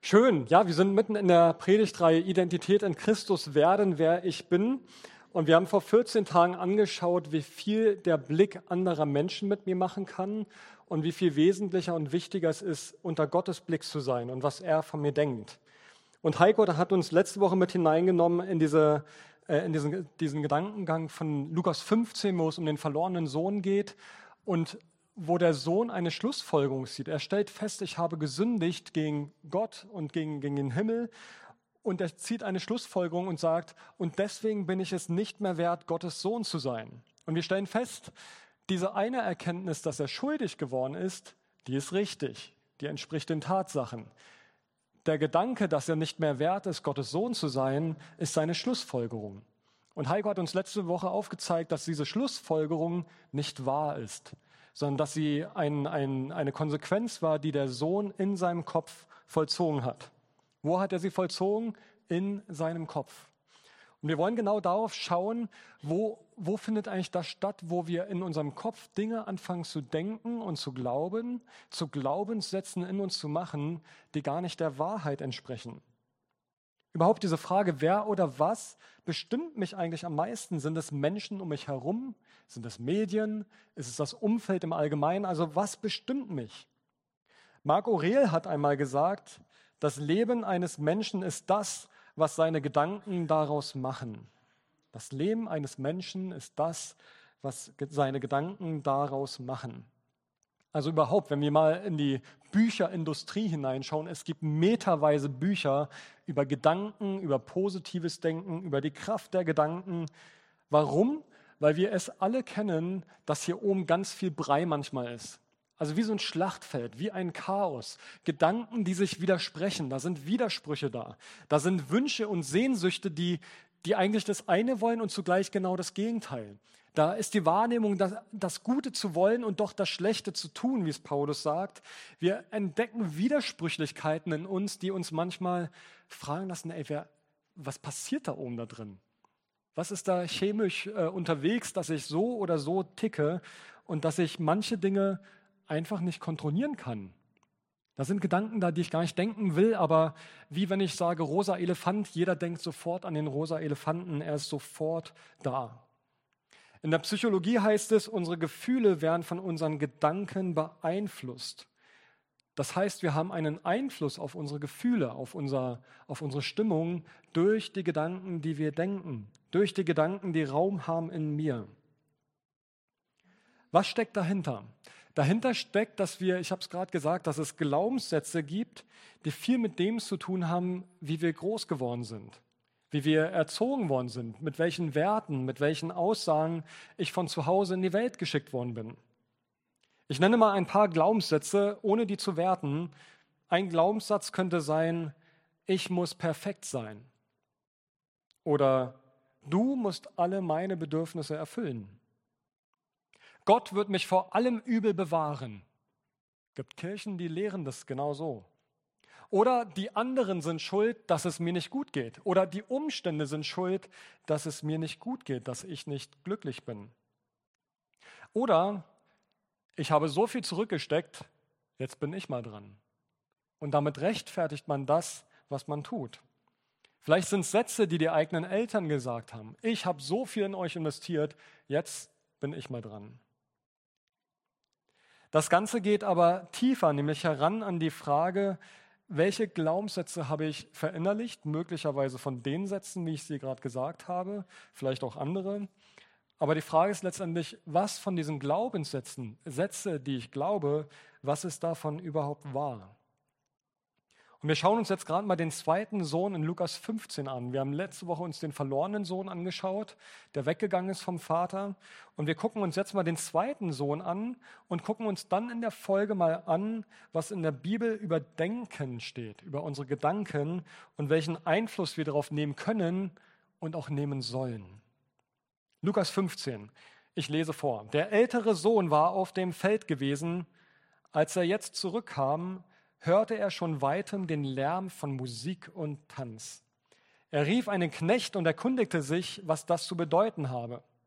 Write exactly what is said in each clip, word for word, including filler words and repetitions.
Schön, ja, wir sind mitten in der Predigtreihe Identität in Christus werden, wer ich bin. Und wir haben vor vierzehn Tagen angeschaut, wie viel der Blick anderer Menschen mit mir machen kann und wie viel wesentlicher und wichtiger es ist, unter Gottes Blick zu sein und was er von mir denkt. Und Heiko hat uns letzte Woche mit hineingenommen in, diese, äh, in diesen, diesen Gedankengang von Lukas fünfzehn, wo es um den verlorenen Sohn geht und wo der Sohn eine Schlussfolgerung sieht. Er stellt fest, ich habe gesündigt gegen Gott und gegen, gegen den Himmel. Und er zieht eine Schlussfolgerung und sagt, und deswegen bin ich es nicht mehr wert, Gottes Sohn zu sein. Und wir stellen fest, diese eine Erkenntnis, dass er schuldig geworden ist, die ist richtig. Die entspricht den Tatsachen. Der Gedanke, dass er nicht mehr wert ist, Gottes Sohn zu sein, ist seine Schlussfolgerung. Und Heiko hat uns letzte Woche aufgezeigt, dass diese Schlussfolgerung nicht wahr ist, sondern dass sie ein, ein, eine Konsequenz war, die der Sohn in seinem Kopf vollzogen hat. Wo hat er sie vollzogen? In seinem Kopf. Und wir wollen genau darauf schauen, wo, wo findet eigentlich das statt, wo wir in unserem Kopf Dinge anfangen zu denken und zu glauben, zu Glaubenssätzen in uns zu machen, die gar nicht der Wahrheit entsprechen. Überhaupt diese Frage, wer oder was bestimmt mich eigentlich am meisten? Sind es Menschen um mich herum? Sind es Medien? Ist es das Umfeld im Allgemeinen? Also was bestimmt mich? Marc Aurel hat einmal gesagt, das Leben eines Menschen ist das, was seine Gedanken daraus machen. Das Leben eines Menschen ist das, was seine Gedanken daraus machen. Also überhaupt, wenn wir mal in die Bücherindustrie hineinschauen, es gibt meterweise Bücher über Gedanken, über positives Denken, über die Kraft der Gedanken. Warum? Weil wir es alle kennen, dass hier oben ganz viel Brei manchmal ist. Also wie so ein Schlachtfeld, wie ein Chaos. Gedanken, die sich widersprechen, da sind Widersprüche da. Da sind Wünsche und Sehnsüchte, die, die eigentlich das eine wollen und zugleich genau das Gegenteil. Da ist die Wahrnehmung, das, das Gute zu wollen und doch das Schlechte zu tun, wie es Paulus sagt. Wir entdecken Widersprüchlichkeiten in uns, die uns manchmal fragen lassen, ey, wer, was passiert da oben da drin? Was ist da chemisch äh, unterwegs, dass ich so oder so ticke und dass ich manche Dinge einfach nicht kontrollieren kann? Da sind Gedanken da, die ich gar nicht denken will, aber wie wenn ich sage, rosa Elefant, jeder denkt sofort an den rosa Elefanten, er ist sofort da. In der Psychologie heißt es, unsere Gefühle werden von unseren Gedanken beeinflusst. Das heißt, wir haben einen Einfluss auf unsere Gefühle, auf, unser, auf unsere Stimmung durch die Gedanken, die wir denken, durch die Gedanken, die Raum haben in mir. Was steckt dahinter? Dahinter steckt, dass wir, ich habe es gerade gesagt, dass es Glaubenssätze gibt, die viel mit dem zu tun haben, wie wir groß geworden sind, wie wir erzogen worden sind, mit welchen Werten, mit welchen Aussagen ich von zu Hause in die Welt geschickt worden bin. Ich nenne mal ein paar Glaubenssätze, ohne die zu werten. Ein Glaubenssatz könnte sein, ich muss perfekt sein. Oder du musst alle meine Bedürfnisse erfüllen. Gott wird mich vor allem Übel bewahren. Es gibt Kirchen, die lehren das genau so. Oder die anderen sind schuld, dass es mir nicht gut geht. Oder die Umstände sind schuld, dass es mir nicht gut geht, dass ich nicht glücklich bin. Oder ich habe so viel zurückgesteckt, jetzt bin ich mal dran. Und damit rechtfertigt man das, was man tut. Vielleicht sind es Sätze, die die eigenen Eltern gesagt haben. Ich habe so viel in euch investiert, jetzt bin ich mal dran. Das Ganze geht aber tiefer, nämlich heran an die Frage, welche Glaubenssätze habe ich verinnerlicht, möglicherweise von den Sätzen, wie ich sie gerade gesagt habe, vielleicht auch andere. Aber die Frage ist letztendlich, was von diesen Glaubenssätzen, Sätze, die ich glaube, was ist davon überhaupt wahr? Und wir schauen uns jetzt gerade mal den zweiten Sohn in Lukas fünfzehn an. Wir haben letzte Woche uns den verlorenen Sohn angeschaut, der weggegangen ist vom Vater. Und wir gucken uns jetzt mal den zweiten Sohn an und gucken uns dann in der Folge mal an, was in der Bibel über Denken steht, über unsere Gedanken und welchen Einfluss wir darauf nehmen können und auch nehmen sollen. Lukas fünfzehn, ich lese vor. Der ältere Sohn war auf dem Feld gewesen. Als er jetzt zurückkam, hörte er schon weitem den Lärm von Musik und Tanz. Er rief einen Knecht und erkundigte sich, was das zu bedeuten habe.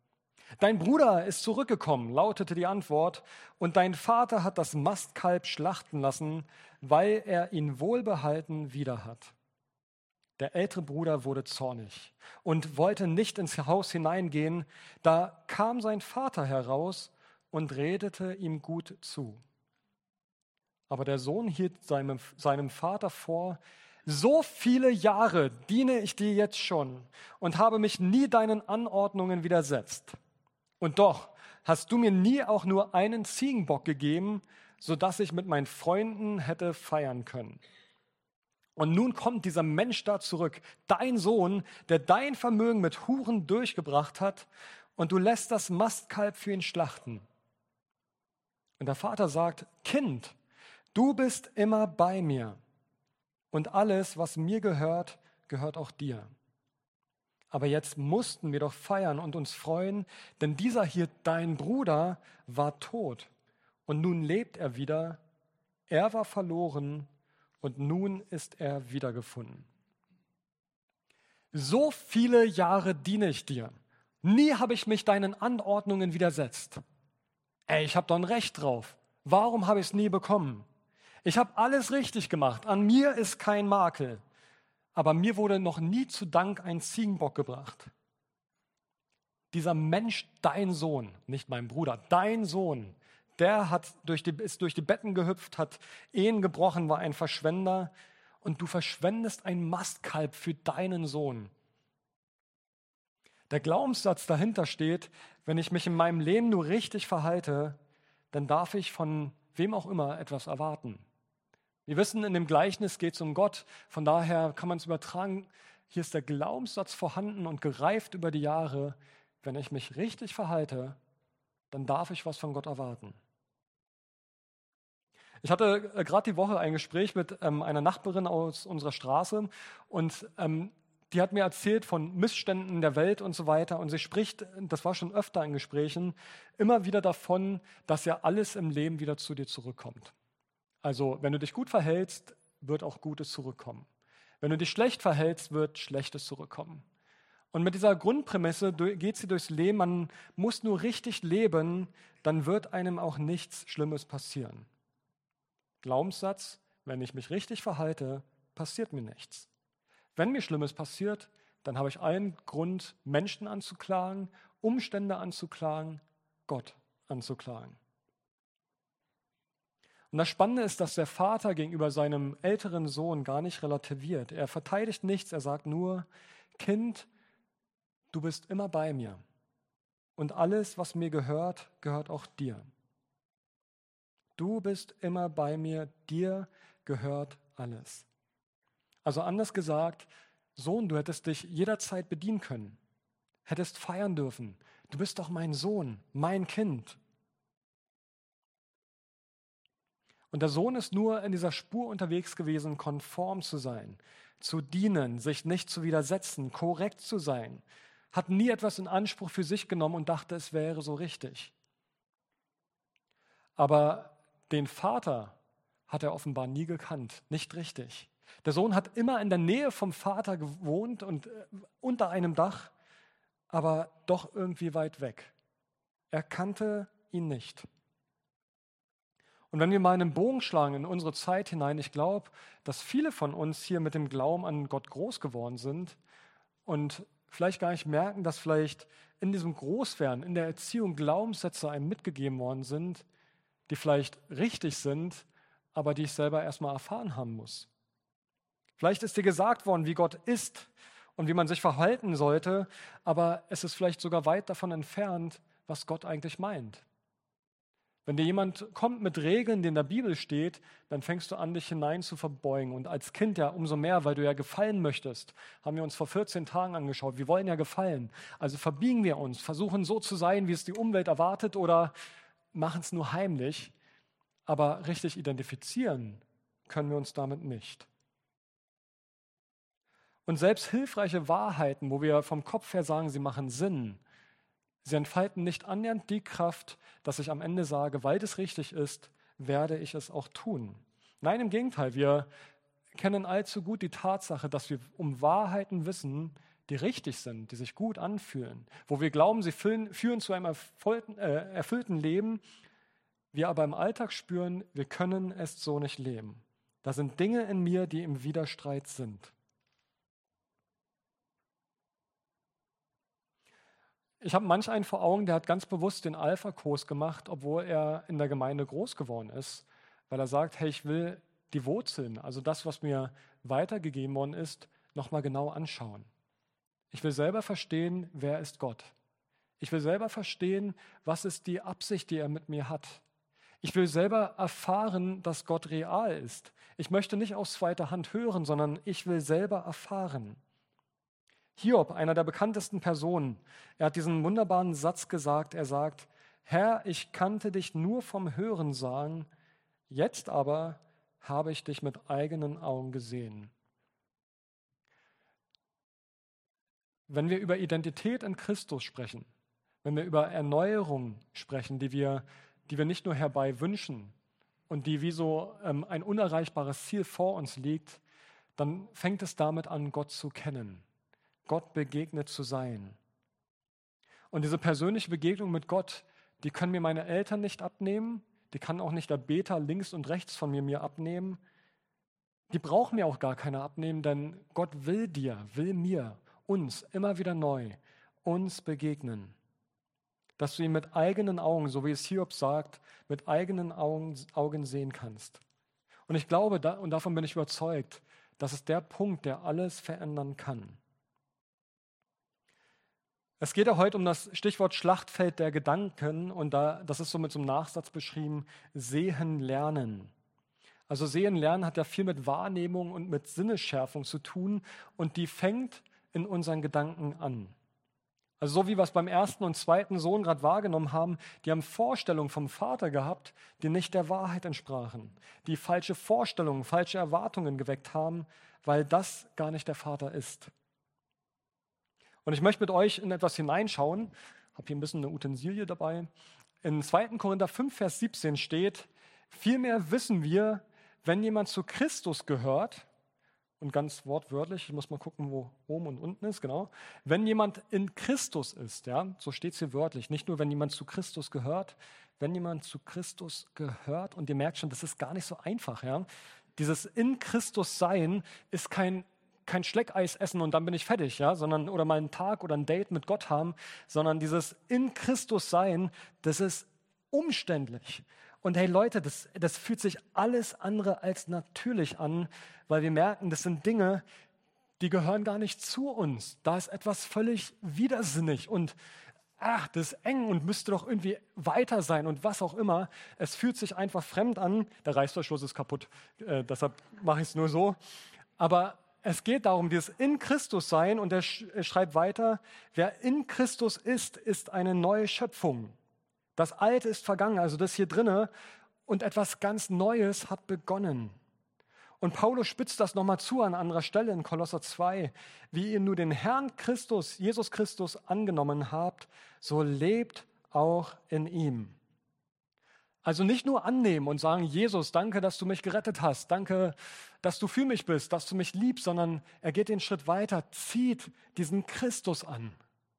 Dein Bruder ist zurückgekommen, lautete die Antwort, und dein Vater hat das Mastkalb schlachten lassen, weil er ihn wohlbehalten wieder hat. Der ältere Bruder wurde zornig und wollte nicht ins Haus hineingehen. Da kam sein Vater heraus und redete ihm gut zu. Aber der Sohn hielt seinem, seinem Vater vor: So viele Jahre diene ich dir jetzt schon und habe mich nie deinen Anordnungen widersetzt. Und doch hast du mir nie auch nur einen Ziegenbock gegeben, sodass ich mit meinen Freunden hätte feiern können. Und nun kommt dieser Mensch da zurück, dein Sohn, der dein Vermögen mit Huren durchgebracht hat, und du lässt das Mastkalb für ihn schlachten. Und der Vater sagt: Kind, du bist immer bei mir, und alles, was mir gehört, gehört auch dir. Aber jetzt mussten wir doch feiern und uns freuen, denn dieser hier, dein Bruder, war tot und nun lebt er wieder. Er war verloren und nun ist er wiedergefunden. So viele Jahre diene ich dir. Nie habe ich mich deinen Anordnungen widersetzt. Ey, ich habe doch ein Recht drauf. Warum habe ich es nie bekommen? Ich habe alles richtig gemacht. An mir ist kein Makel. Aber mir wurde noch nie zu Dank ein Ziegenbock gebracht. Dieser Mensch, dein Sohn, nicht mein Bruder, dein Sohn, der hat durch die, ist durch die Betten gehüpft, hat Ehen gebrochen, war ein Verschwender, und du verschwendest ein Mastkalb für deinen Sohn. Der Glaubenssatz dahinter steht: Wenn ich mich in meinem Leben nur richtig verhalte, dann darf ich von wem auch immer etwas erwarten. Wir wissen, in dem Gleichnis geht es um Gott, von daher kann man es übertragen. Hier ist der Glaubenssatz vorhanden und gereift über die Jahre: Wenn ich mich richtig verhalte, dann darf ich was von Gott erwarten. Ich hatte äh, gerade die Woche ein Gespräch mit ähm, einer Nachbarin aus unserer Straße, und ähm, die hat mir erzählt von Missständen der Welt und so weiter, und sie spricht, das war schon öfter in Gesprächen, immer wieder davon, dass ja alles im Leben wieder zu dir zurückkommt. Also wenn du dich gut verhältst, wird auch Gutes zurückkommen. Wenn du dich schlecht verhältst, wird Schlechtes zurückkommen. Und mit dieser Grundprämisse geht sie durchs Leben: Man muss nur richtig leben, dann wird einem auch nichts Schlimmes passieren. Glaubenssatz: Wenn ich mich richtig verhalte, passiert mir nichts. Wenn mir Schlimmes passiert, dann habe ich allen Grund, Menschen anzuklagen, Umstände anzuklagen, Gott anzuklagen. Und das Spannende ist, dass der Vater gegenüber seinem älteren Sohn gar nicht relativiert. Er verteidigt nichts, er sagt nur: Kind, du bist immer bei mir. Und alles, was mir gehört, gehört auch dir. Du bist immer bei mir, dir gehört alles. Also anders gesagt: Sohn, du hättest dich jederzeit bedienen können, hättest feiern dürfen. Du bist doch mein Sohn, mein Kind. Und der Sohn ist nur in dieser Spur unterwegs gewesen, konform zu sein, zu dienen, sich nicht zu widersetzen, korrekt zu sein, hat nie etwas in Anspruch für sich genommen und dachte, es wäre so richtig. Aber den Vater hat er offenbar nie gekannt, nicht richtig. Der Sohn hat immer in der Nähe vom Vater gewohnt und äh, unter einem Dach, aber doch irgendwie weit weg. Er kannte ihn nicht. Und wenn wir mal einen Bogen schlagen in unsere Zeit hinein, ich glaube, dass viele von uns hier mit dem Glauben an Gott groß geworden sind und vielleicht gar nicht merken, dass vielleicht in diesem Großwerden, in der Erziehung Glaubenssätze einem mitgegeben worden sind, die vielleicht richtig sind, aber die ich selber erstmal erfahren haben muss. Vielleicht ist dir gesagt worden, wie Gott ist und wie man sich verhalten sollte, aber es ist vielleicht sogar weit davon entfernt, was Gott eigentlich meint. Wenn dir jemand kommt mit Regeln, die in der Bibel steht, dann fängst du an, dich hinein zu verbeugen. Und als Kind ja umso mehr, weil du ja gefallen möchtest. Haben wir uns vor vierzehn Tagen angeschaut. Wir wollen ja gefallen. Also verbiegen wir uns, versuchen so zu sein, wie es die Umwelt erwartet, oder machen es nur heimlich. Aber richtig identifizieren können wir uns damit nicht. Und selbst hilfreiche Wahrheiten, wo wir vom Kopf her sagen, sie machen Sinn, sie entfalten nicht annähernd die Kraft, dass ich am Ende sage, weil das richtig ist, werde ich es auch tun. Nein, im Gegenteil, wir kennen allzu gut die Tatsache, dass wir um Wahrheiten wissen, die richtig sind, die sich gut anfühlen, wo wir glauben, sie führen, führen zu einem erfüllten, äh, erfüllten Leben, wir aber im Alltag spüren, wir können es so nicht leben. Da sind Dinge in mir, die im Widerstreit sind. Ich habe manch einen vor Augen, der hat ganz bewusst den Alpha-Kurs gemacht, obwohl er in der Gemeinde groß geworden ist, weil er sagt, hey, ich will die Wurzeln, also das, was mir weitergegeben worden ist, nochmal genau anschauen. Ich will selber verstehen, wer ist Gott. Ich will selber verstehen, was ist die Absicht, die er mit mir hat. Ich will selber erfahren, dass Gott real ist. Ich möchte nicht aus zweiter Hand hören, sondern ich will selber erfahren. Hiob, einer der bekanntesten Personen, er hat diesen wunderbaren Satz gesagt, er sagt, Herr, ich kannte dich nur vom Hören sagen, jetzt aber habe ich dich mit eigenen Augen gesehen. Wenn wir über Identität in Christus sprechen, wenn wir über Erneuerung sprechen, die wir, die wir nicht nur herbei wünschen und die wie so ähm, ein unerreichbares Ziel vor uns liegt, dann fängt es damit an, Gott zu kennen, Gott begegnet zu sein. Und diese persönliche Begegnung mit Gott, die können mir meine Eltern nicht abnehmen, die kann auch nicht der Beter links und rechts von mir mir abnehmen. Die braucht mir auch gar keiner abnehmen, denn Gott will dir, will mir, uns immer wieder neu, uns begegnen. Dass du ihn mit eigenen Augen, so wie es Hiob sagt, mit eigenen Augen, Augen sehen kannst. Und ich glaube, da, und davon bin ich überzeugt, das ist der Punkt, der alles verändern kann. Es geht ja heute um das Stichwort Schlachtfeld der Gedanken und da, das ist so mit so einem Nachsatz beschrieben, sehen lernen. Also sehen lernen hat ja viel mit Wahrnehmung und mit Sinnesschärfung zu tun und die fängt in unseren Gedanken an. Also so wie wir es beim ersten und zweiten Sohn gerade wahrgenommen haben, die haben Vorstellungen vom Vater gehabt, die nicht der Wahrheit entsprachen, die falsche Vorstellungen, falsche Erwartungen geweckt haben, weil das gar nicht der Vater ist. Und ich möchte mit euch in etwas hineinschauen, ich habe hier ein bisschen eine Utensilie dabei. In zweiten Korinther fünf, Vers siebzehn steht, vielmehr wissen wir, wenn jemand zu Christus gehört, und ganz wortwörtlich, ich muss mal gucken, wo oben und unten ist, genau. Wenn jemand in Christus ist, ja, so steht es hier wörtlich, nicht nur, wenn jemand zu Christus gehört, wenn jemand zu Christus gehört, und ihr merkt schon, das ist gar nicht so einfach, ja. Dieses in Christus sein ist kein, kein Schleckeis essen und dann bin ich fertig, ja, sondern, oder mal einen Tag oder ein Date mit Gott haben, sondern dieses in Christus sein, das ist umständlich. Und hey Leute, das, das fühlt sich alles andere als natürlich an, weil wir merken, das sind Dinge, die gehören gar nicht zu uns. Da ist etwas völlig widersinnig und ach, das ist eng und müsste doch irgendwie weiter sein und was auch immer. Es fühlt sich einfach fremd an. Der Reißverschluss ist kaputt, äh, deshalb mache ich es nur so. Aber es geht darum, dieses in Christus sein und er sch- er schreibt weiter, wer in Christus ist, ist eine neue Schöpfung. Das Alte ist vergangen, also das hier drinne, und etwas ganz Neues hat begonnen. Und Paulus spitzt das nochmal zu an anderer Stelle in Kolosser zwei. Wie ihr nur den Herrn Christus, Jesus Christus, angenommen habt, so lebt auch in ihm. Also nicht nur annehmen und sagen, Jesus, danke, dass du mich gerettet hast, danke, dass du für mich bist, dass du mich liebst, sondern er geht den Schritt weiter, zieht diesen Christus an.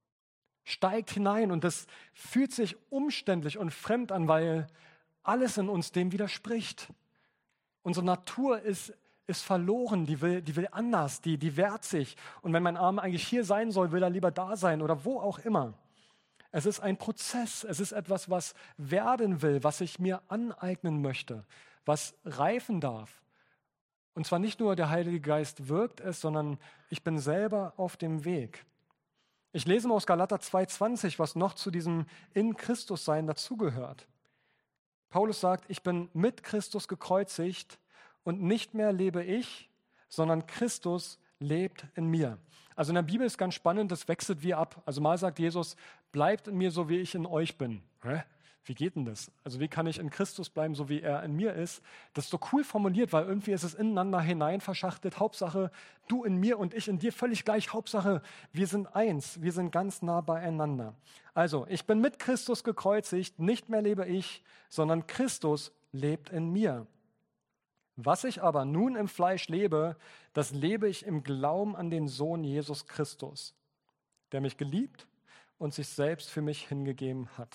Steigt hinein und das fühlt sich umständlich und fremd an, weil alles in uns dem widerspricht. Unsere Natur ist, ist verloren, die will, die will anders, die, die wehrt sich. Und wenn mein Arm eigentlich hier sein soll, will er lieber da sein oder wo auch immer. Es ist ein Prozess, es ist etwas, was werden will, was ich mir aneignen möchte, was reifen darf. Und zwar nicht nur der Heilige Geist wirkt es, sondern ich bin selber auf dem Weg. Ich lese mal aus Galater zwei zwanzig, was noch zu diesem in Christus sein dazugehört. Paulus sagt, ich bin mit Christus gekreuzigt und nicht mehr lebe ich, sondern Christus lebt in mir. Also in der Bibel ist ganz spannend, das wechselt wie ab. Also mal sagt Jesus, bleibt in mir, so wie ich in euch bin. Hä? Wie geht denn das? Also wie kann ich in Christus bleiben, so wie er in mir ist? Das ist so cool formuliert, weil irgendwie ist es ineinander hinein verschachtelt. Hauptsache, du in mir und ich in dir, völlig gleich. Hauptsache, wir sind eins, wir sind ganz nah beieinander. Also, ich bin mit Christus gekreuzigt, nicht mehr lebe ich, sondern Christus lebt in mir. Was ich aber nun im Fleisch lebe, das lebe ich im Glauben an den Sohn Jesus Christus, der mich geliebt und sich selbst für mich hingegeben hat.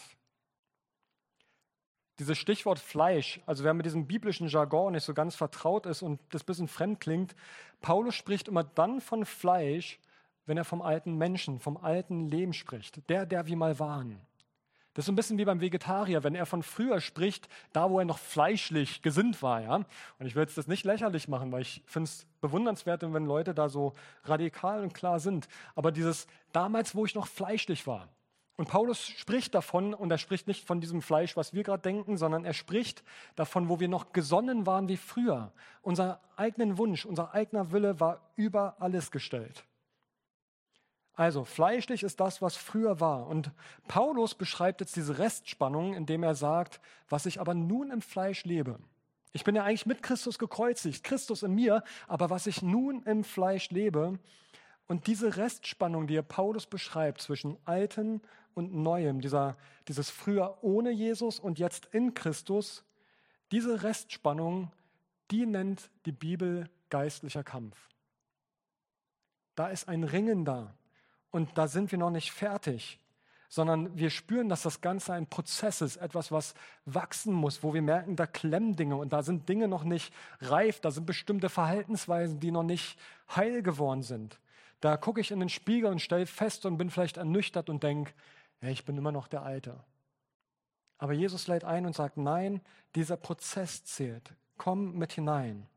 Dieses Stichwort Fleisch, also wer mit diesem biblischen Jargon nicht so ganz vertraut ist und das ein bisschen fremd klingt, Paulus spricht immer dann von Fleisch, wenn er vom alten Menschen, vom alten Leben spricht, der, der wir mal waren. Das ist so ein bisschen wie beim Vegetarier, wenn er von früher spricht, da wo er noch fleischlich gesinnt war. Ja? Und ich will jetzt das nicht lächerlich machen, weil ich finde es bewundernswert, wenn Leute da so radikal und klar sind. Aber dieses damals, wo ich noch fleischlich war. Und Paulus spricht davon, und er spricht nicht von diesem Fleisch, was wir gerade denken, sondern er spricht davon, wo wir noch gesonnen waren wie früher. Unser eigenen Wunsch, unser eigener Wille war über alles gestellt. Also fleischlich ist das, was früher war. Und Paulus beschreibt jetzt diese Restspannung, indem er sagt, was ich aber nun im Fleisch lebe. Ich bin ja eigentlich mit Christus gekreuzigt, Christus in mir, aber was ich nun im Fleisch lebe, und diese Restspannung, die Paulus beschreibt zwischen Altem und Neuem, dieser, dieses früher ohne Jesus und jetzt in Christus, diese Restspannung, die nennt die Bibel geistlicher Kampf. Da ist ein Ringen da. Und da sind wir noch nicht fertig, sondern wir spüren, dass das Ganze ein Prozess ist, etwas, was wachsen muss, wo wir merken, da klemmen Dinge und da sind Dinge noch nicht reif, da sind bestimmte Verhaltensweisen, die noch nicht heil geworden sind. Da gucke ich in den Spiegel und stelle fest und bin vielleicht ernüchtert und denke, hey, ich bin immer noch der Alte. Aber Jesus lädt ein und sagt, nein, dieser Prozess zählt. Komm mit hinein.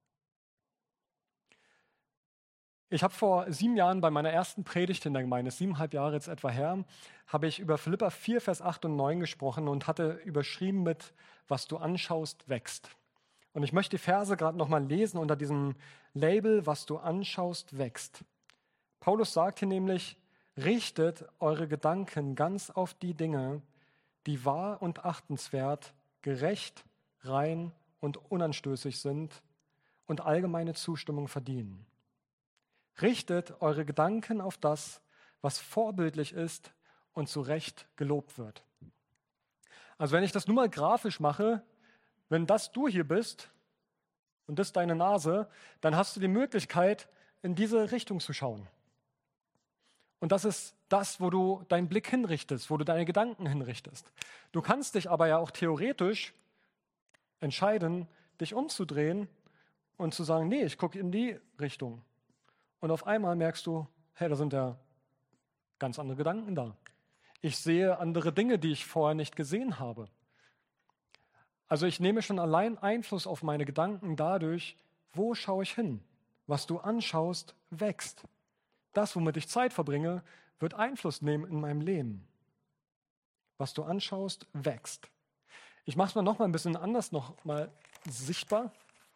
Ich habe vor sieben Jahren bei meiner ersten Predigt in der Gemeinde, siebeneinhalb Jahre jetzt etwa her, habe ich über Philipper vier, Vers acht und neun gesprochen und hatte überschrieben mit, was du anschaust, wächst. Und ich möchte die Verse gerade nochmal lesen unter diesem Label, was du anschaust, wächst. Paulus sagt hier nämlich, richtet eure Gedanken ganz auf die Dinge, die wahr und achtenswert, gerecht, rein und unanstößig sind und allgemeine Zustimmung verdienen. Richtet eure Gedanken auf das, was vorbildlich ist und zu Recht gelobt wird. Also wenn ich das nur mal grafisch mache, wenn das du hier bist und das deine Nase, dann hast du die Möglichkeit, in diese Richtung zu schauen. Und das ist das, wo du deinen Blick hinrichtest, wo du deine Gedanken hinrichtest. Du kannst dich aber ja auch theoretisch entscheiden, dich umzudrehen und zu sagen, nee, ich gucke in die Richtung. Und auf einmal merkst du, hey, da sind ja ganz andere Gedanken da. Ich sehe andere Dinge, die ich vorher nicht gesehen habe. Also ich nehme schon allein Einfluss auf meine Gedanken dadurch, wo schaue ich hin? Was du anschaust, wächst. Das, womit ich Zeit verbringe, wird Einfluss nehmen in meinem Leben. Was du anschaust, wächst. Ich mache es mal noch mal ein bisschen anders, noch mal sichtbar.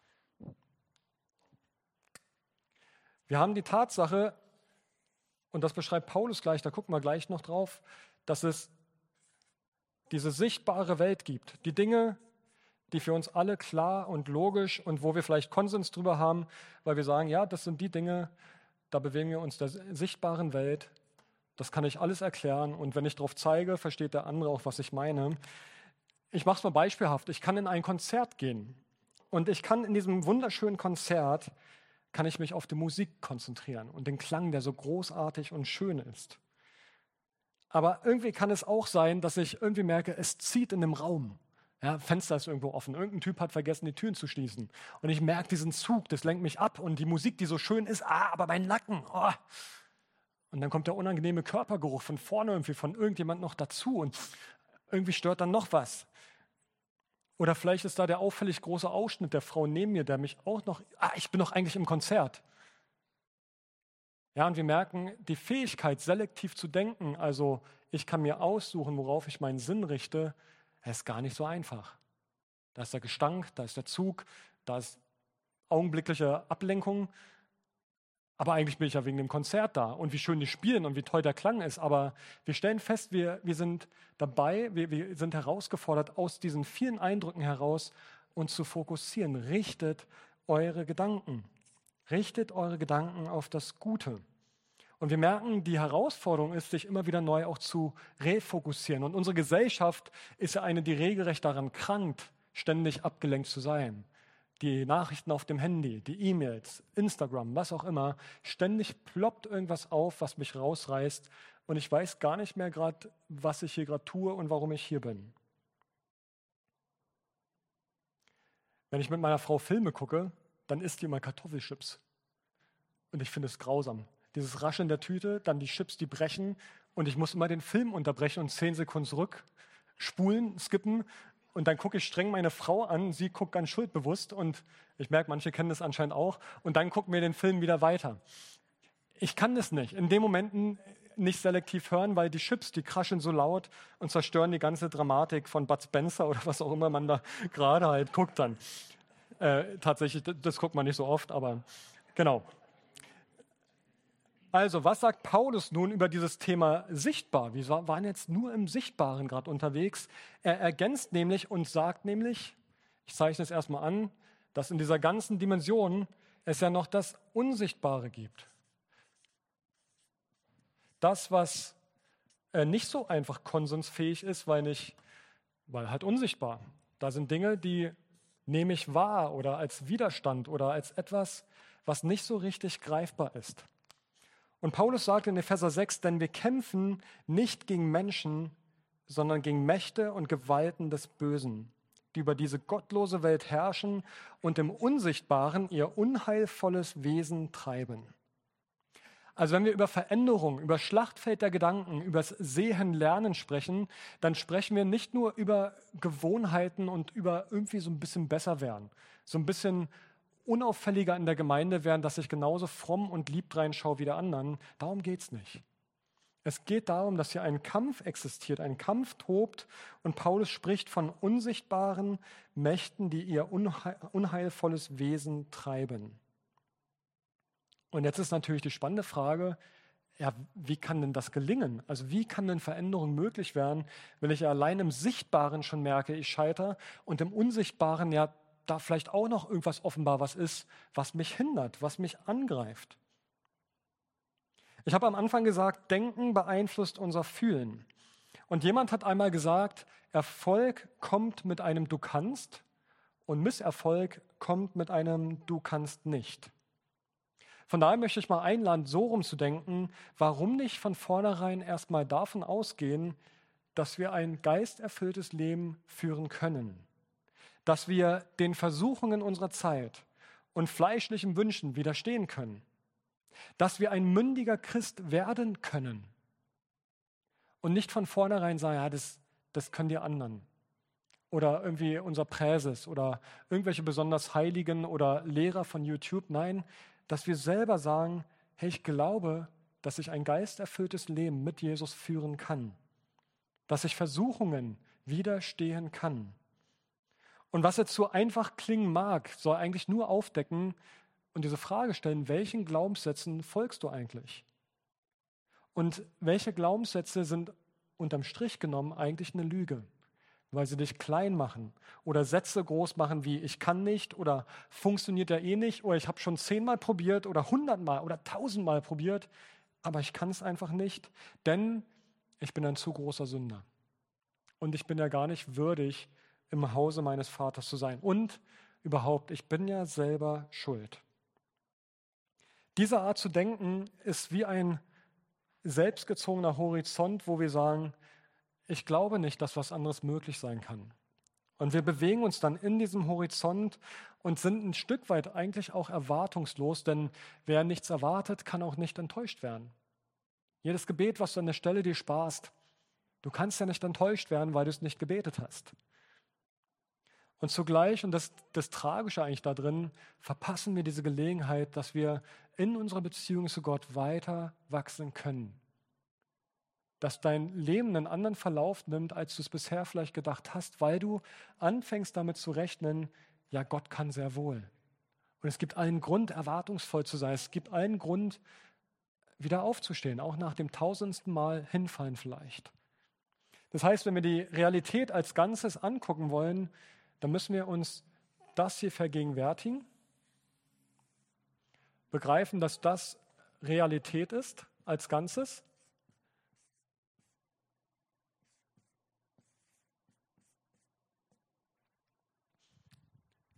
Wir haben die Tatsache, und das beschreibt Paulus gleich, da gucken wir gleich noch drauf, dass es diese sichtbare Welt gibt. Die Dinge, die für uns alle klar und logisch und wo wir vielleicht Konsens drüber haben, weil wir sagen, ja, das sind die Dinge, da bewegen wir uns in der sichtbaren Welt. Das kann ich alles erklären und wenn ich darauf zeige, versteht der andere auch, was ich meine. Ich mache es mal beispielhaft. Ich kann in ein Konzert gehen und ich kann in diesem wunderschönen Konzert kann ich mich auf die Musik konzentrieren und den Klang, der so großartig und schön ist. Aber irgendwie kann es auch sein, dass ich irgendwie merke, es zieht in dem Raum. Ja, Fenster ist irgendwo offen. Irgendein Typ hat vergessen, die Türen zu schließen. Und ich merke diesen Zug, das lenkt mich ab. Und die Musik, die so schön ist, ah, aber mein Nacken. Oh. Und dann kommt der unangenehme Körpergeruch von vorne irgendwie von irgendjemand noch dazu. Und irgendwie stört dann noch was. Oder vielleicht ist da der auffällig große Ausschnitt der Frau neben mir, der mich auch noch, ah, ich bin doch eigentlich im Konzert. Ja, und wir merken, die Fähigkeit, selektiv zu denken, also ich kann mir aussuchen, worauf ich meinen Sinn richte, ist gar nicht so einfach. Da ist der Gestank, da ist der Zug, da ist augenblickliche Ablenkung. Aber eigentlich bin ich ja wegen dem Konzert da und wie schön die spielen und wie toll der Klang ist. Aber wir stellen fest, wir, wir sind dabei, wir, wir sind herausgefordert, aus diesen vielen Eindrücken heraus uns zu fokussieren. Richtet eure Gedanken. Richtet eure Gedanken auf das Gute. Und wir merken, die Herausforderung ist, sich immer wieder neu auch zu refokussieren. Und unsere Gesellschaft ist ja eine, die regelrecht daran krankt, ständig abgelenkt zu sein. die Nachrichten auf dem Handy, die E-Mails, Instagram, was auch immer. Ständig ploppt irgendwas auf, was mich rausreißt und ich weiß gar nicht mehr gerade, was ich hier gerade tue und warum ich hier bin. Wenn ich mit meiner Frau Filme gucke, dann isst die immer Kartoffelchips. Und ich finde es grausam. Dieses Rascheln der Tüte, dann die Chips, die brechen und ich muss immer den Film unterbrechen und zehn Sekunden zurück, spulen, skippen und dann gucke ich streng meine Frau an, sie guckt ganz schuldbewusst und ich merke, manche kennen das anscheinend auch und dann gucken wir den Film wieder weiter. Ich kann das nicht. In den Momenten nicht selektiv hören, weil die Chips, die kraschen so laut und zerstören die ganze Dramatik von Bud Spencer oder was auch immer man da gerade halt guckt dann. Äh, tatsächlich, das guckt man nicht so oft, aber genau. Also, was sagt Paulus nun über dieses Thema sichtbar? Wir waren jetzt nur im Sichtbaren gerade unterwegs. Er ergänzt nämlich und sagt nämlich, ich zeichne es erstmal an, dass in dieser ganzen Dimension es ja noch das Unsichtbare gibt. Das, was äh, nicht so einfach konsensfähig ist, weil nicht, weil halt unsichtbar. Da sind Dinge, die nehme ich wahr oder als Widerstand oder als etwas, was nicht so richtig greifbar ist. Und Paulus sagt in Epheser sechs, denn wir kämpfen nicht gegen Menschen, sondern gegen Mächte und Gewalten des Bösen, die über diese gottlose Welt herrschen und im Unsichtbaren ihr unheilvolles Wesen treiben. Also wenn wir über Veränderung, über Schlachtfeld der Gedanken, über das Sehen, Lernen sprechen, dann sprechen wir nicht nur über Gewohnheiten und über irgendwie so ein bisschen besser werden, so ein bisschen unauffälliger in der Gemeinde werden, dass ich genauso fromm und lieb reinschaue wie der anderen. Darum geht es nicht. Es geht darum, dass hier ein Kampf existiert, ein Kampf tobt und Paulus spricht von unsichtbaren Mächten, die ihr unheilvolles Wesen treiben. Und jetzt ist natürlich die spannende Frage, ja, wie kann denn das gelingen? Also wie kann denn Veränderung möglich werden, wenn ich allein im Sichtbaren schon merke, ich scheitere und im Unsichtbaren ja da vielleicht auch noch irgendwas offenbar was ist, was mich hindert, was mich angreift. Ich habe am Anfang gesagt, Denken beeinflusst unser Fühlen. Und jemand hat einmal gesagt, Erfolg kommt mit einem Du kannst und Misserfolg kommt mit einem Du kannst nicht. Von daher möchte ich mal einladen, so rumzudenken, warum nicht von vornherein erstmal davon ausgehen, dass wir ein geisterfülltes Leben führen können. Dass wir den Versuchungen unserer Zeit und fleischlichen Wünschen widerstehen können. Dass wir ein mündiger Christ werden können. Und nicht von vornherein sagen, ja, das, das können die anderen. Oder irgendwie unser Präses oder irgendwelche besonders Heiligen oder Lehrer von YouTube. Nein, dass wir selber sagen, hey, ich glaube, dass ich ein geisterfülltes Leben mit Jesus führen kann. Dass ich Versuchungen widerstehen kann. Und was jetzt so einfach klingen mag, soll eigentlich nur aufdecken und diese Frage stellen, welchen Glaubenssätzen folgst du eigentlich? Und welche Glaubenssätze sind unterm Strich genommen eigentlich eine Lüge? Weil sie dich klein machen oder Sätze groß machen wie ich kann nicht oder funktioniert ja eh nicht oder ich habe schon zehnmal probiert oder hundertmal oder tausendmal probiert, aber ich kann es einfach nicht, denn ich bin ein zu großer Sünder. Und ich bin ja gar nicht würdig, im Hause meines Vaters zu sein. Und überhaupt, ich bin ja selber schuld. Diese Art zu denken ist wie ein selbstgezogener Horizont, wo wir sagen, ich glaube nicht, dass was anderes möglich sein kann. Und wir bewegen uns dann in diesem Horizont und sind ein Stück weit eigentlich auch erwartungslos, denn wer nichts erwartet, kann auch nicht enttäuscht werden. Jedes Gebet, was du an der Stelle dir sparst, du kannst ja nicht enttäuscht werden, weil du es nicht gebetet hast. Und zugleich, und das, das Tragische eigentlich da drin, verpassen wir diese Gelegenheit, dass wir in unserer Beziehung zu Gott weiter wachsen können. Dass dein Leben einen anderen Verlauf nimmt, als du es bisher vielleicht gedacht hast, weil du anfängst damit zu rechnen, ja, Gott kann sehr wohl. Und es gibt allen Grund, erwartungsvoll zu sein. Es gibt allen Grund, wieder aufzustehen, auch nach dem tausendsten Mal hinfallen vielleicht. Das heißt, wenn wir die Realität als Ganzes angucken wollen, dann müssen wir uns das hier vergegenwärtigen, begreifen, dass das Realität ist als Ganzes.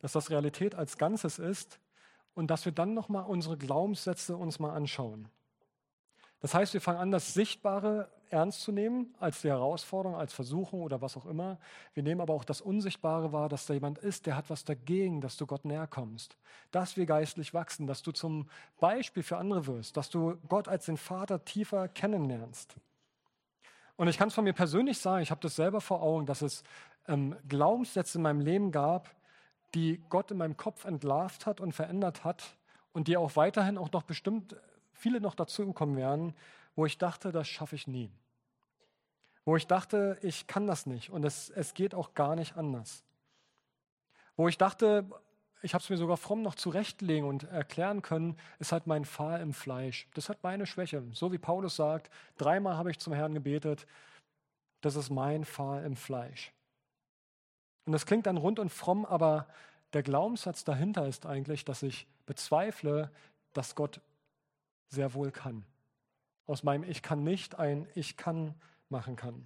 dass das Realität als Ganzes ist und dass wir dann nochmal unsere Glaubenssätze uns mal anschauen. Das heißt, wir fangen an, das Sichtbare ernst zu nehmen, als die Herausforderung, als Versuchung oder was auch immer. Wir nehmen aber auch das Unsichtbare wahr, dass da jemand ist, der hat was dagegen, dass du Gott näher kommst. Dass wir geistlich wachsen, dass du zum Beispiel für andere wirst, dass du Gott als den Vater tiefer kennenlernst. Und ich kann es von mir persönlich sagen, ich habe das selber vor Augen, dass es ähm, Glaubenssätze in meinem Leben gab, die Gott in meinem Kopf entlarvt hat und verändert hat und die auch weiterhin auch noch bestimmt viele noch dazugekommen wären, wo ich dachte, das schaffe ich nie. Wo ich dachte, ich kann das nicht und es, es geht auch gar nicht anders. Wo ich dachte, ich habe es mir sogar fromm noch zurechtlegen und erklären können, ist halt mein Pfahl im Fleisch. Das hat meine Schwäche. So wie Paulus sagt, dreimal habe ich zum Herrn gebetet, das ist mein Pfahl im Fleisch. Und das klingt dann rund und fromm, aber der Glaubenssatz dahinter ist eigentlich, dass ich bezweifle, dass Gott sehr wohl kann. Aus meinem Ich kann nicht ein Ich kann machen kann.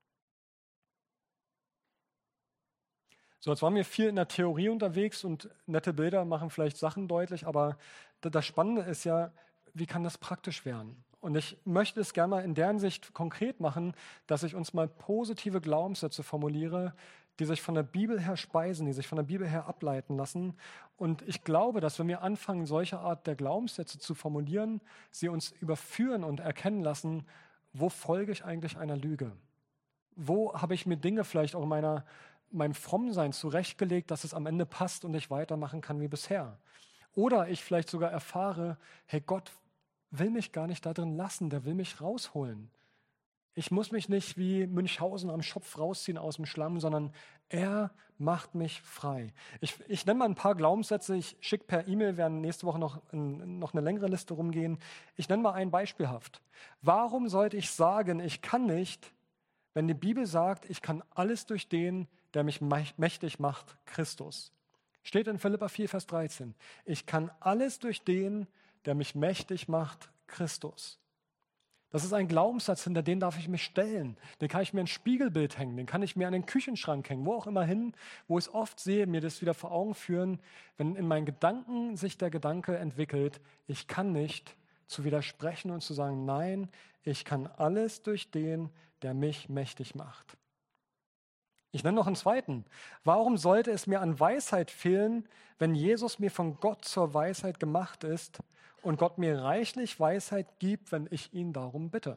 So, jetzt waren wir viel in der Theorie unterwegs und nette Bilder machen vielleicht Sachen deutlich, aber das Spannende ist ja, wie kann das praktisch werden? Und ich möchte es gerne mal in der Hinsicht konkret machen, dass ich uns mal positive Glaubenssätze formuliere, die sich von der Bibel her speisen, die sich von der Bibel her ableiten lassen. Und ich glaube, dass wenn wir anfangen, solche Art der Glaubenssätze zu formulieren, sie uns überführen und erkennen lassen, wo folge ich eigentlich einer Lüge? Wo habe ich mir Dinge vielleicht auch in meiner, meinem Frommsein zurechtgelegt, dass es am Ende passt und ich weitermachen kann wie bisher? Oder ich vielleicht sogar erfahre, hey, Gott will mich gar nicht da drin lassen, der will mich rausholen. Ich muss mich nicht wie Münchhausen am Schopf rausziehen aus dem Schlamm, sondern er macht mich frei. Ich, ich nenne mal ein paar Glaubenssätze, ich schicke per E-Mail, werden nächste Woche noch, ein, noch eine längere Liste rumgehen. Ich nenne mal einen beispielhaft. Warum sollte ich sagen, ich kann nicht, wenn die Bibel sagt, ich kann alles durch den, der mich mächtig macht, Christus? Steht in Philipper vier, Vers dreizehn. Ich kann alles durch den, der mich mächtig macht, Christus. Das ist ein Glaubenssatz, hinter den darf ich mich stellen. Den kann ich mir ins Spiegelbild hängen, den kann ich mir an den Küchenschrank hängen, wo auch immer hin, wo ich es oft sehe, mir das wieder vor Augen führen, wenn in meinen Gedanken sich der Gedanke entwickelt, ich kann nicht, zu widersprechen und zu sagen, nein, ich kann alles durch den, der mich mächtig macht. Ich nenne noch einen zweiten. Warum sollte es mir an Weisheit fehlen, wenn Jesus mir von Gott zur Weisheit gemacht ist und Gott mir reichlich Weisheit gibt, wenn ich ihn darum bitte?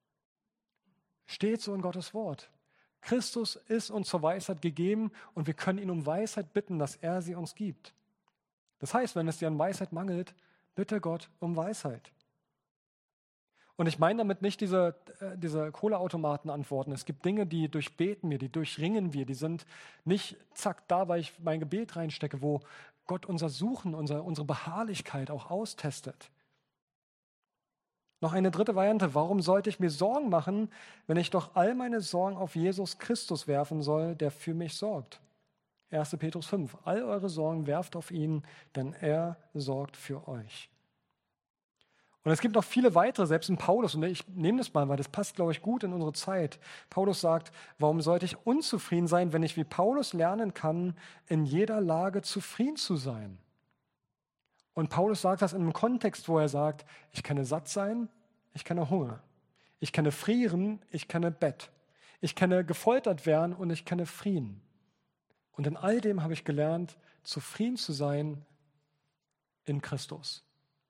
Steht so in Gottes Wort. Christus ist uns zur Weisheit gegeben und wir können ihn um Weisheit bitten, dass er sie uns gibt. Das heißt, wenn es dir an Weisheit mangelt, bitte Gott um Weisheit. Und ich meine damit nicht diese, äh, diese Cola-Automaten-Antworten. Es gibt Dinge, die durchbeten wir, die durchringen wir. Die sind nicht zack da, weil ich mein Gebet reinstecke, wo Gott unser Suchen, unser, unsere Beharrlichkeit auch austestet. Noch eine dritte Variante. Warum sollte ich mir Sorgen machen, wenn ich doch all meine Sorgen auf Jesus Christus werfen soll, der für mich sorgt? erster Petrus fünf. All eure Sorgen werft auf ihn, denn er sorgt für euch. Und es gibt noch viele weitere, selbst in Paulus, und ich nehme das mal, weil das passt, glaube ich, gut in unsere Zeit. Paulus sagt, warum sollte ich unzufrieden sein, wenn ich wie Paulus lernen kann, in jeder Lage zufrieden zu sein? Und Paulus sagt das in einem Kontext, wo er sagt, ich kenne satt sein, ich kenne Hunger. Ich kenne frieren, ich kenne Bett. Ich kenne gefoltert werden und ich kenne Frieden. Und in all dem habe ich gelernt, zufrieden zu sein in Christus.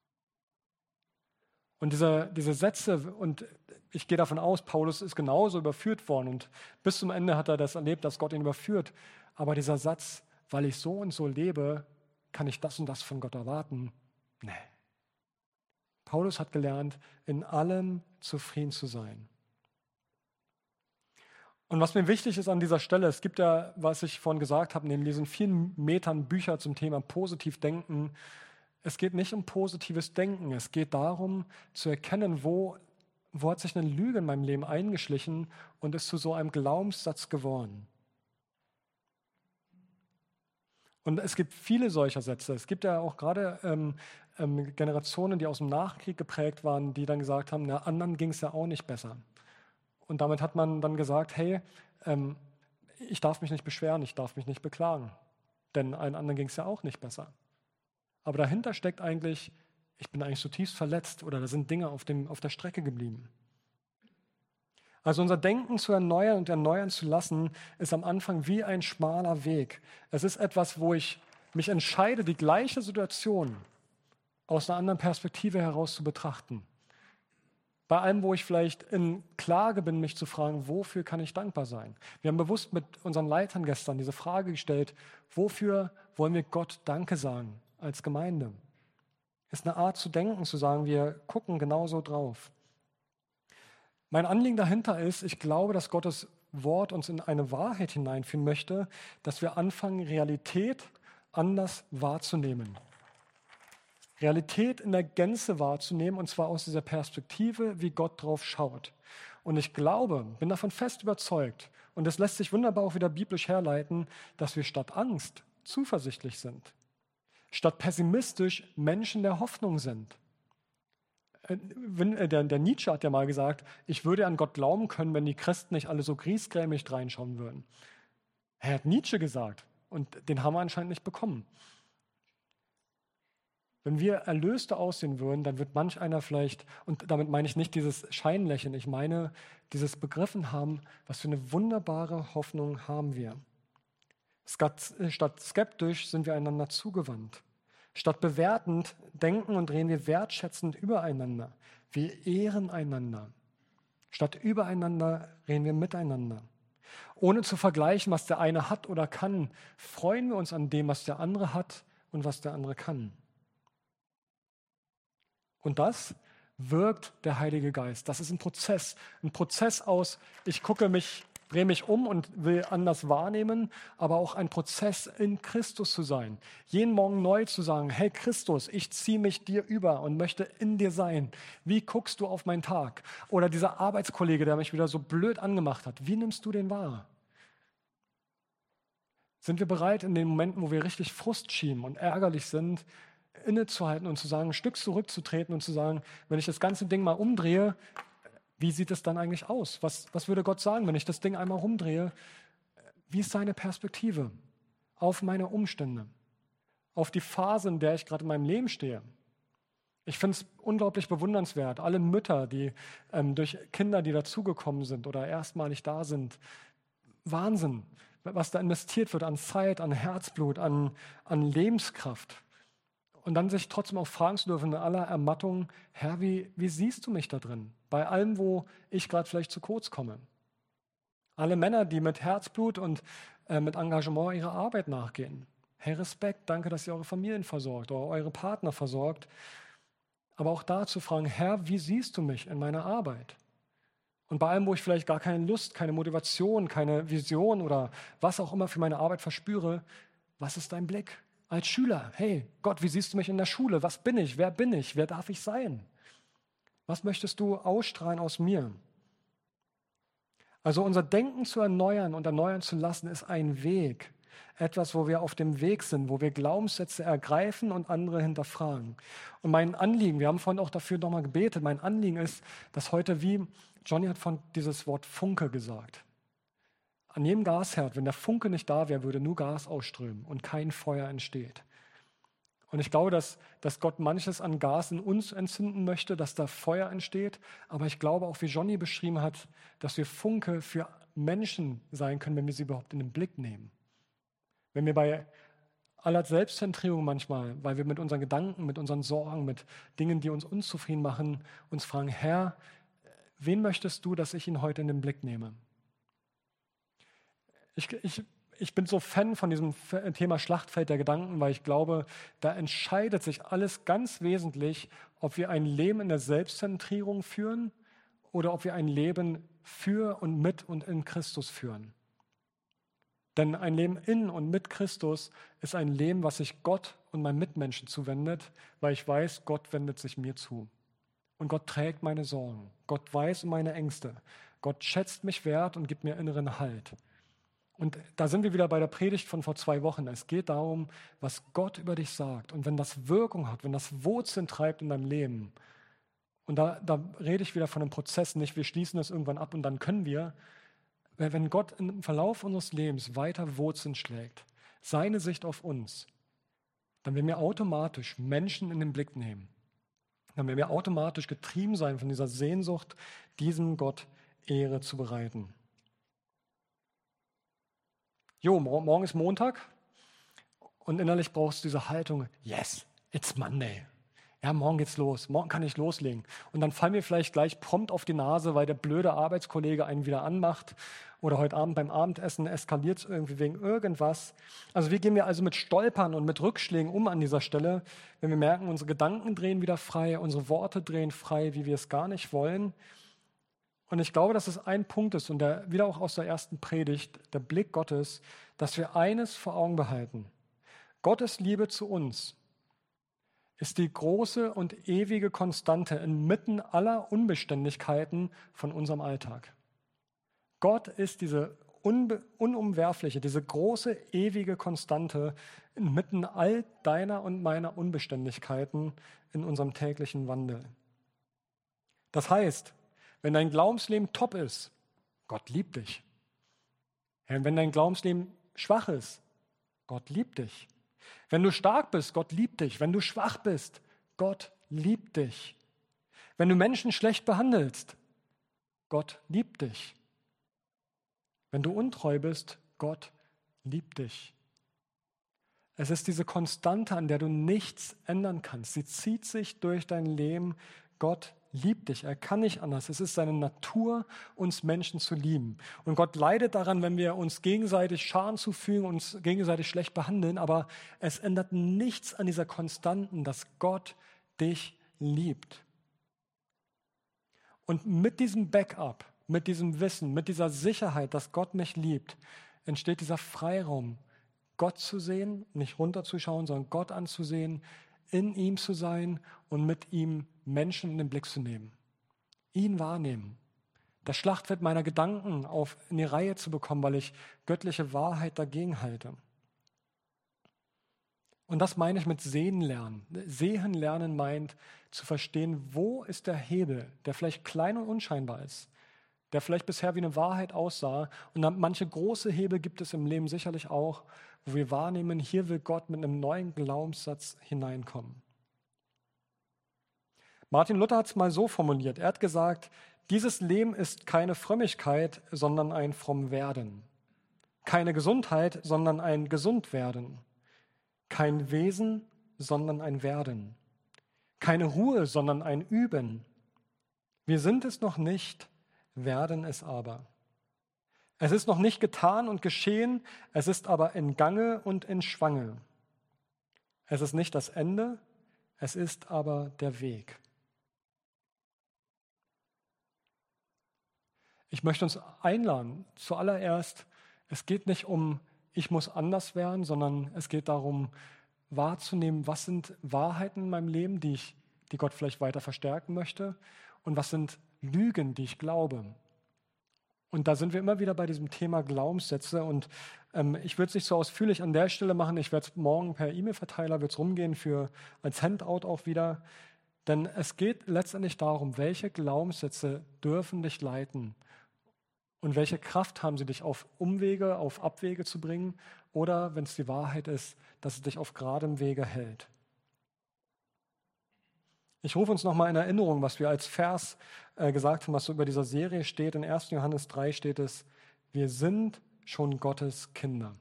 Und diese, diese Sätze, und ich gehe davon aus, Paulus ist genauso überführt worden und bis zum Ende hat er das erlebt, dass Gott ihn überführt. Aber dieser Satz, weil ich so und so lebe, kann ich das und das von Gott erwarten? Nee. Paulus hat gelernt, in allem zufrieden zu sein. Und was mir wichtig ist an dieser Stelle, es gibt ja, was ich vorhin gesagt habe, neben diesen vielen Metern Bücher zum Thema positiv denken, es geht nicht um positives Denken, es geht darum zu erkennen, wo, wo hat sich eine Lüge in meinem Leben eingeschlichen und ist zu so einem Glaubenssatz geworden. Und es gibt viele solcher Sätze. Es gibt ja auch gerade ähm, ähm, Generationen, die aus dem Nachkrieg geprägt waren, die dann gesagt haben, na, anderen ging es ja auch nicht besser. Und damit hat man dann gesagt, hey, ähm, ich darf mich nicht beschweren, ich darf mich nicht beklagen. denn allen anderen ging es ja auch nicht besser. Aber dahinter steckt eigentlich, ich bin eigentlich zutiefst verletzt oder da sind Dinge auf, dem, auf der Strecke geblieben. Also unser Denken zu erneuern und erneuern zu lassen, ist am Anfang wie ein schmaler Weg. Es ist etwas, wo ich mich entscheide, die gleiche Situation aus einer anderen Perspektive heraus zu betrachten. Bei allem, wo ich vielleicht in Klage bin, mich zu fragen, wofür kann ich dankbar sein? Wir haben bewusst mit unseren Leitern gestern diese Frage gestellt, wofür wollen wir Gott Danke sagen als Gemeinde? Ist eine Art zu denken, zu sagen, wir gucken genauso drauf. Mein Anliegen dahinter ist, ich glaube, dass Gottes Wort uns in eine Wahrheit hineinführen möchte, dass wir anfangen, Realität anders wahrzunehmen. Realität in der Gänze wahrzunehmen, und zwar aus dieser Perspektive, wie Gott drauf schaut. Und ich glaube, bin davon fest überzeugt, und das lässt sich wunderbar auch wieder biblisch herleiten, dass wir statt Angst zuversichtlich sind, statt pessimistisch Menschen der Hoffnung sind. Der, der Nietzsche hat ja mal gesagt, ich würde an Gott glauben können, wenn die Christen nicht alle so griesgrämig reinschauen würden. Er hat Nietzsche gesagt, und den haben wir anscheinend nicht bekommen. Wenn wir Erlöste aussehen würden, dann wird manch einer vielleicht, und damit meine ich nicht dieses Scheinlächeln, ich meine dieses Begriffen haben, was für eine wunderbare Hoffnung haben wir. Statt skeptisch sind wir einander zugewandt. Statt bewertend denken und reden wir wertschätzend übereinander. Wir ehren einander. Statt übereinander reden wir miteinander. Ohne zu vergleichen, was der eine hat oder kann, freuen wir uns an dem, was der andere hat und was der andere kann. Und das wirkt der Heilige Geist. Das ist ein Prozess. Ein Prozess aus, ich gucke mich, drehe mich um und will anders wahrnehmen, aber auch ein Prozess in Christus zu sein. Jeden Morgen neu zu sagen, hey Christus, ich ziehe mich dir über und möchte in dir sein. Wie guckst du auf meinen Tag? Oder dieser Arbeitskollege, der mich wieder so blöd angemacht hat, wie nimmst du den wahr? Sind wir bereit, in den Momenten, wo wir richtig Frust schieben und ärgerlich sind, innezuhalten und zu sagen, ein Stück zurückzutreten und zu sagen, wenn ich das ganze Ding mal umdrehe, wie sieht es dann eigentlich aus? Was, was würde Gott sagen, wenn ich das Ding einmal rumdrehe? Wie ist seine Perspektive auf meine Umstände, auf die Phase, in der ich gerade in meinem Leben stehe? Ich finde es unglaublich bewundernswert. Alle Mütter, die ähm, durch Kinder, die dazugekommen sind oder erstmalig da sind, Wahnsinn, was da investiert wird an Zeit, an Herzblut, an, an Lebenskraft. Und dann sich trotzdem auch fragen zu dürfen in aller Ermattung, Herr, wie, wie siehst du mich da drin? Bei allem, wo ich gerade vielleicht zu kurz komme. Alle Männer, die mit Herzblut und äh, mit Engagement ihrer Arbeit nachgehen. Hey, Respekt, danke, dass ihr eure Familien versorgt oder eure Partner versorgt. Aber auch da zu fragen, Herr, wie siehst du mich in meiner Arbeit? Und bei allem, wo ich vielleicht gar keine Lust, keine Motivation, keine Vision oder was auch immer für meine Arbeit verspüre, was ist dein Blick? Als Schüler, hey Gott, wie siehst du mich in der Schule? Was bin ich? Wer bin ich? Wer darf ich sein? Was möchtest du ausstrahlen aus mir? Also unser Denken zu erneuern und erneuern zu lassen, ist ein Weg. Etwas, wo wir auf dem Weg sind, wo wir Glaubenssätze ergreifen und andere hinterfragen. Und mein Anliegen, wir haben vorhin auch dafür nochmal gebetet, mein Anliegen ist, dass heute, wie Johnny hat von dieses Wort Funke gesagt, an jedem Gasherd, wenn der Funke nicht da wäre, würde nur Gas ausströmen und kein Feuer entsteht. Und ich glaube, dass, dass Gott manches an Gas in uns entzünden möchte, dass da Feuer entsteht. Aber ich glaube auch, wie Johnny beschrieben hat, dass wir Funke für Menschen sein können, wenn wir sie überhaupt in den Blick nehmen. Wenn wir bei aller Selbstzentrierung manchmal, weil wir mit unseren Gedanken, mit unseren Sorgen, mit Dingen, die uns unzufrieden machen, uns fragen, Herr, wen möchtest du, dass ich ihn heute in den Blick nehme? Ich, ich, ich bin so Fan von diesem Thema Schlachtfeld der Gedanken, weil ich glaube, da entscheidet sich alles ganz wesentlich, ob wir ein Leben in der Selbstzentrierung führen oder ob wir ein Leben für und mit und in Christus führen. Denn ein Leben in und mit Christus ist ein Leben, was sich Gott und meinen Mitmenschen zuwendet, weil ich weiß, Gott wendet sich mir zu. Und Gott trägt meine Sorgen. Gott weiß um meine Ängste. Gott schätzt mich wert und gibt mir inneren Halt. Und da sind wir wieder bei der Predigt von vor zwei Wochen. Es geht darum, was Gott über dich sagt. Und wenn das Wirkung hat, wenn das Wurzeln treibt in deinem Leben, und da, da rede ich wieder von einem Prozess, nicht wir schließen das irgendwann ab und dann können wir, wenn Gott im Verlauf unseres Lebens weiter Wurzeln schlägt, seine Sicht auf uns, dann werden wir automatisch Menschen in den Blick nehmen. Dann werden wir automatisch getrieben sein von dieser Sehnsucht, diesem Gott Ehre zu bereiten. Jo, morgen ist Montag und innerlich brauchst du diese Haltung, yes, it's Monday. Ja, morgen geht's los, morgen kann ich loslegen. Und dann fallen wir vielleicht gleich prompt auf die Nase, weil der blöde Arbeitskollege einen wieder anmacht oder heute Abend beim Abendessen eskaliert es irgendwie wegen irgendwas. Also wie gehen wir also mit Stolpern und mit Rückschlägen um an dieser Stelle, wenn wir merken, unsere Gedanken drehen wieder frei, unsere Worte drehen frei, wie wir es gar nicht wollen. Und ich glaube, dass es ein Punkt ist und der, wieder auch aus der ersten Predigt, der Blick Gottes, dass wir eines vor Augen behalten. Gottes Liebe zu uns ist die große und ewige Konstante inmitten aller Unbeständigkeiten von unserem Alltag. Gott ist diese unbe- unumwerfliche, diese große, ewige Konstante inmitten all deiner und meiner Unbeständigkeiten in unserem täglichen Wandel. Das heißt, wenn dein Glaubensleben top ist, Gott liebt dich. Wenn dein Glaubensleben schwach ist, Gott liebt dich. Wenn du stark bist, Gott liebt dich. Wenn du schwach bist, Gott liebt dich. Wenn du Menschen schlecht behandelst, Gott liebt dich. Wenn du untreu bist, Gott liebt dich. Es ist diese Konstante, an der du nichts ändern kannst. Sie zieht sich durch dein Leben. Gott liebt dich. Er kann nicht anders. Es ist seine Natur, uns Menschen zu lieben. Und Gott leidet daran, wenn wir uns gegenseitig Schaden zufügen, uns gegenseitig schlecht behandeln. Aber es ändert nichts an dieser Konstanten, dass Gott dich liebt. Und mit diesem Backup, mit diesem Wissen, mit dieser Sicherheit, dass Gott mich liebt, entsteht dieser Freiraum, Gott zu sehen, nicht runterzuschauen, sondern Gott anzusehen, in ihm zu sein und mit ihm Menschen in den Blick zu nehmen. Ihn wahrnehmen. Das Schlachtfeld meiner Gedanken auf, in die Reihe zu bekommen, weil ich göttliche Wahrheit dagegen halte. Und das meine ich mit Sehen lernen. Sehen lernen meint zu verstehen, wo ist der Hebel, der vielleicht klein und unscheinbar ist, der vielleicht bisher wie eine Wahrheit aussah. Und dann manche große Hebel gibt es im Leben sicherlich auch, wo wir wahrnehmen, hier will Gott mit einem neuen Glaubenssatz hineinkommen. Martin Luther hat es mal so formuliert. Er hat gesagt, dieses Leben ist keine Frömmigkeit, sondern ein Frommwerden. Keine Gesundheit, sondern ein Gesundwerden. Kein Wesen, sondern ein Werden. Keine Ruhe, sondern ein Üben. Wir sind es noch nicht, werden es aber. Es ist noch nicht getan und geschehen, es ist aber in Gange und in Schwange. Es ist nicht das Ende, es ist aber der Weg. Ich möchte uns einladen, zuallererst, es geht nicht um, ich muss anders werden, sondern es geht darum, wahrzunehmen, was sind Wahrheiten in meinem Leben, die ich, die Gott vielleicht weiter verstärken möchte, und was sind Lügen, die ich glaube. Und da sind wir immer wieder bei diesem Thema Glaubenssätze. Und ähm, ich würde es nicht so ausführlich an der Stelle machen. Ich werde es morgen per E-Mail-Verteiler wird's rumgehen, für, als Handout auch wieder. Denn es geht letztendlich darum, welche Glaubenssätze dürfen dich leiten und welche Kraft haben sie, dich auf Umwege, auf Abwege zu bringen oder, wenn es die Wahrheit ist, dass es dich auf geradem Wege hält. Ich rufe uns nochmal in Erinnerung, was wir als Vers äh, gesagt haben, was so über dieser Serie steht. In ersten Johannes drei steht es, wir sind schon Gottes Kinder.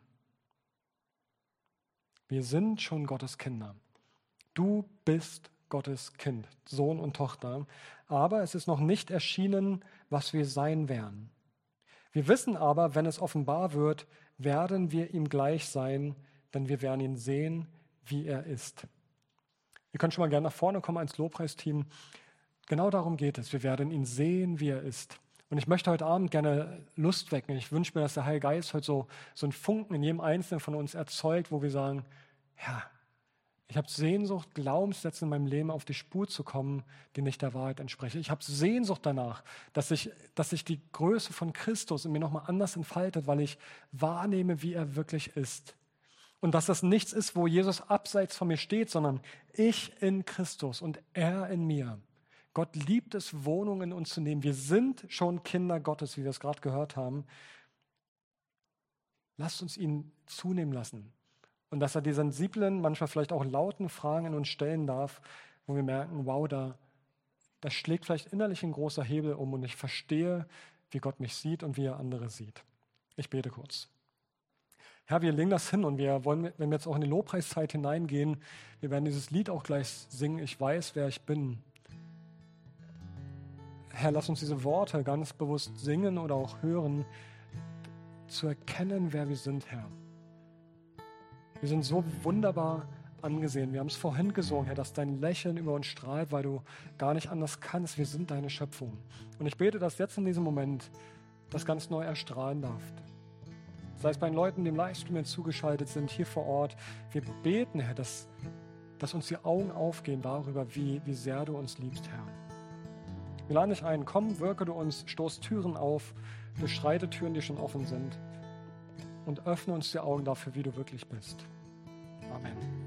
Wir sind schon Gottes Kinder. Du bist Gottes Kind, Sohn und Tochter. Aber es ist noch nicht erschienen, was wir sein werden. Wir wissen aber, wenn es offenbar wird, werden wir ihm gleich sein, denn wir werden ihn sehen, wie er ist. Ihr könnt schon mal gerne nach vorne kommen als Lobpreisteam. Genau darum geht es. Wir werden ihn sehen, wie er ist. Und ich möchte heute Abend gerne Lust wecken. Ich wünsche mir, dass der Heilige Geist heute so, so einen Funken in jedem Einzelnen von uns erzeugt, wo wir sagen, ja, ich habe Sehnsucht, Glaubenssätze in meinem Leben auf die Spur zu kommen, die nicht der Wahrheit entsprechen. Ich habe Sehnsucht danach, dass sich dass sich die Größe von Christus in mir nochmal anders entfaltet, weil ich wahrnehme, wie er wirklich ist. Und dass das nichts ist, wo Jesus abseits von mir steht, sondern ich in Christus und er in mir. Gott liebt es, Wohnungen in uns zu nehmen. Wir sind schon Kinder Gottes, wie wir es gerade gehört haben. Lasst uns ihn zunehmen lassen. Und dass er die sensiblen, manchmal vielleicht auch lauten Fragen in uns stellen darf, wo wir merken, wow, da, da schlägt vielleicht innerlich ein großer Hebel um und ich verstehe, wie Gott mich sieht und wie er andere sieht. Ich bete kurz. Herr, wir legen das hin und wir wollen, wenn wir jetzt auch in die Lobpreiszeit hineingehen, wir werden dieses Lied auch gleich singen, ich weiß, wer ich bin. Herr, lass uns diese Worte ganz bewusst singen oder auch hören, zu erkennen, wer wir sind, Herr. Wir sind so wunderbar angesehen. Wir haben es vorhin gesungen, Herr, dass dein Lächeln über uns strahlt, weil du gar nicht anders kannst. Wir sind deine Schöpfung. Und ich bete, dass jetzt in diesem Moment das ganz neu erstrahlen darf. Sei es bei den Leuten, die im Livestream jetzt zugeschaltet sind, hier vor Ort. Wir beten, Herr, dass, dass uns die Augen aufgehen darüber, wie, wie sehr du uns liebst, Herr. Wir laden dich ein, komm, wirke du uns, stoß Türen auf, durchschreite Türen, die schon offen sind und öffne uns die Augen dafür, wie du wirklich bist. Amen.